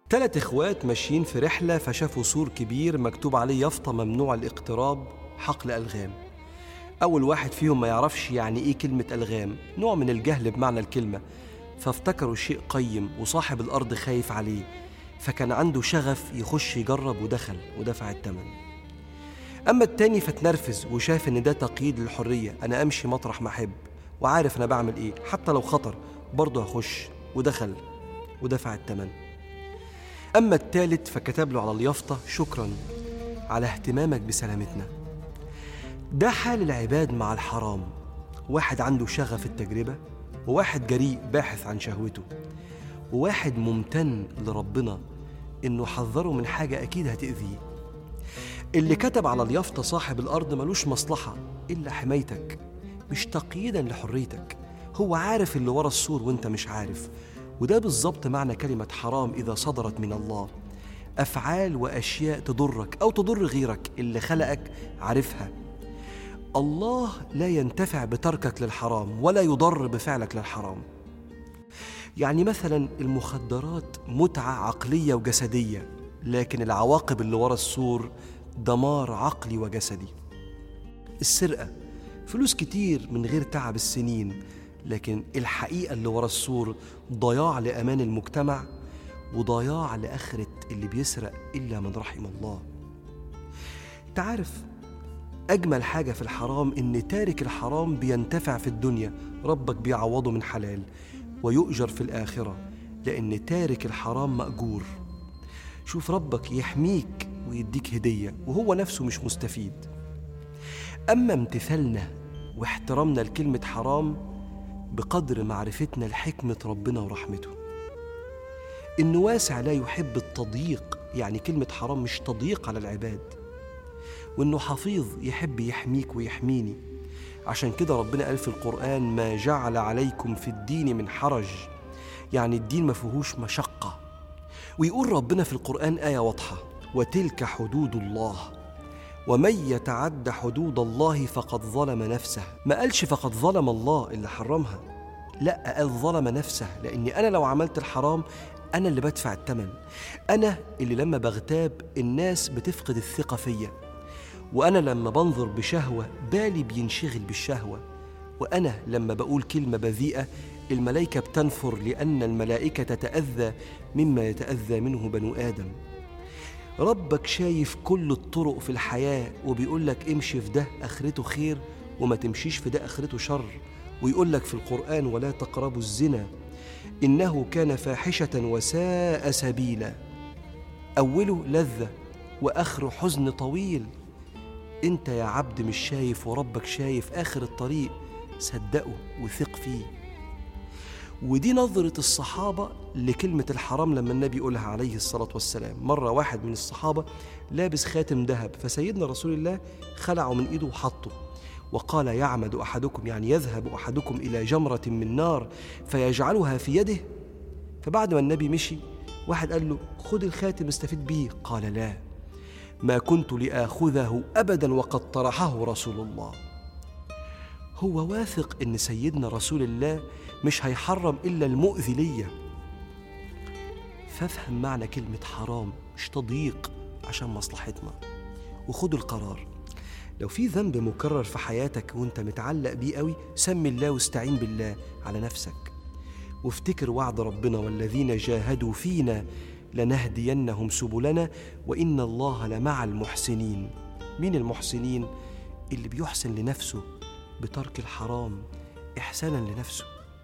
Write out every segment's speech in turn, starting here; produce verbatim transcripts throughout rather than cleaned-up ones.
ثلاث إخوات ماشيين في رحلة فشافوا سور كبير مكتوب عليه يافطة ممنوع الاقتراب حقل ألغام. أول واحد فيهم ما يعرفش يعني إيه كلمة ألغام، نوع من الجهل بمعنى الكلمة، فافتكروا شيء قيم وصاحب الأرض خايف عليه، فكان عنده شغف يخش يجرب ودخل ودفع الثمن. أما التاني فتنرفز وشاف إن ده تقييد للحرية، أنا أمشي مطرح ما أحب وعارف أنا بعمل إيه، حتى لو خطر برضه هخش، ودخل ودفع الثمن. أما التالت فكتب له على اليافطة شكراً على اهتمامك بسلامتنا. ده حال العباد مع الحرام، واحد عنده شغف التجربة، وواحد جريء باحث عن شهوته، وواحد ممتن لربنا إنه حذره من حاجة أكيد هتأذيه. اللي كتب على اليافطة صاحب الأرض ملوش مصلحة إلا حمايتك، مش تقييداً لحريتك، هو عارف اللي ورا السور وإنت مش عارف. وده بالظبط معنى كلمة حرام إذا صدرت من الله، أفعال وأشياء تضرك أو تضر غيرك، اللي خلقك عارفها. الله لا ينتفع بتركك للحرام ولا يضر بفعلك للحرام. يعني مثلا المخدرات متعة عقلية وجسدية، لكن العواقب اللي ورا السور دمار عقلي وجسدي. السرقة فلوس كتير من غير تعب السنين، لكن الحقيقة اللي ورا السور ضياع لأمان المجتمع وضياع لآخرة اللي بيسرق إلا من رحم الله. تعرف أجمل حاجة في الحرام إن تارك الحرام بينتفع في الدنيا، ربك بيعوضه من حلال، ويؤجر في الآخرة، لأن تارك الحرام مأجور. شوف ربك يحميك ويديك هدية وهو نفسه مش مستفيد. أما امتثالنا واحترامنا لكلمة حرام بقدر معرفتنا لحكمة ربنا ورحمته، إنه واسع لا يحب التضييق، يعني كلمة حرام مش تضييق على العباد، وإنه حفيظ يحب يحميك ويحميني. عشان كده ربنا قال في القرآن ما جعل عليكم في الدين من حرج، يعني الدين ما فيهوش مشقة. ويقول ربنا في القرآن آية واضحة، وتلك حدود الله ومن يتعد حدود الله فقد ظلم نفسه. ما قالش فقد ظلم الله اللي حرمها، لا، قال ظلم نفسه، لأني أنا لو عملت الحرام أنا اللي بدفع الثمن. أنا اللي لما بغتاب الناس بتفقد الثقة فيا، وأنا لما بنظر بشهوة بالي بينشغل بالشهوة، وأنا لما بقول كلمة بذيئة الملائكة بتنفر، لأن الملائكة تتأذى مما يتأذى منه بنو آدم. ربك شايف كل الطرق في الحياة وبيقول لك امشي في ده آخرته خير وما تمشيش في ده آخرته شر. ويقول لك في القرآن ولا تقربوا الزنا إنه كان فاحشة وساء سبيلا. أوله لذة وآخره حزن طويل. انت يا عبد مش شايف وربك شايف آخر الطريق، صدقه وثق فيه. ودي نظرة الصحابة لكلمة الحرام لما النبي يقولها عليه الصلاة والسلام. مرة واحد من الصحابة لابس خاتم ذهب، فسيدنا رسول الله خلعه من إيده وحطه، وقال يعمد أحدكم، يعني يذهب أحدكم إلى جمرة من نار فيجعلها في يده. فبعد ما النبي مشي واحد قال له خد الخاتم استفيد بيه، قال لا، ما كنت لآخذه أبدا وقد طرحه رسول الله. هو واثق إن سيدنا رسول الله مش هيحرم إلا المؤذي ليا. فافهم معنى كلمة حرام مش تضييق عشان مصلحتنا، وخد القرار. لو في ذنب مكرر في حياتك وانت متعلق بيه قوي، سمي الله واستعين بالله على نفسك، وافتكر وعد ربنا والذين جاهدوا فينا لنهدينهم سبلنا وإن الله لمع المحسنين. مين المحسنين؟ اللي بيحسن لنفسه بترك الحرام إحسانا لنفسه.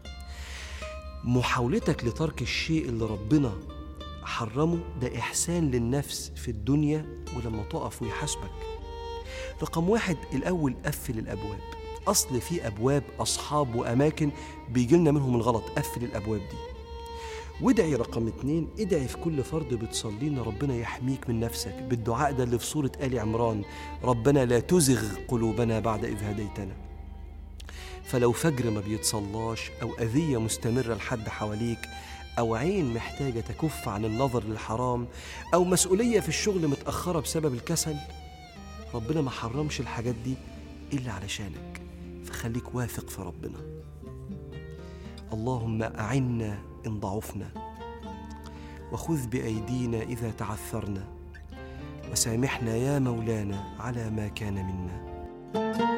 محاولتك لترك الشيء اللي ربنا حرمه ده إحسان للنفس في الدنيا ولما تقف ويحاسبك. رقم واحد، الأول قفل الأبواب. أصل في أبواب أصحاب وأماكن بيجيلنا منهم الغلط، قفل الأبواب دي. وادعي رقم اتنين، ادعي في كل فرض بتصلي إن ربنا يحميك من نفسك بالدعاء ده اللي في سورة آل عمران، ربنا لا تزغ قلوبنا بعد إذ هديتنا. فلو فجر ما بيتصلاش أو أذية مستمرة لحد حواليك أو عين محتاجة تكف عن النظر للحرام أو مسؤولية في الشغل متأخرة بسبب الكسل، ربنا ما حرمش الحاجات دي إلا علشانك، فخليك واثق في ربنا. اللهم أعنا إن ضعفنا، وخذ بأيدينا إذا تعثرنا، وسامحنا يا مولانا على ما كان منا.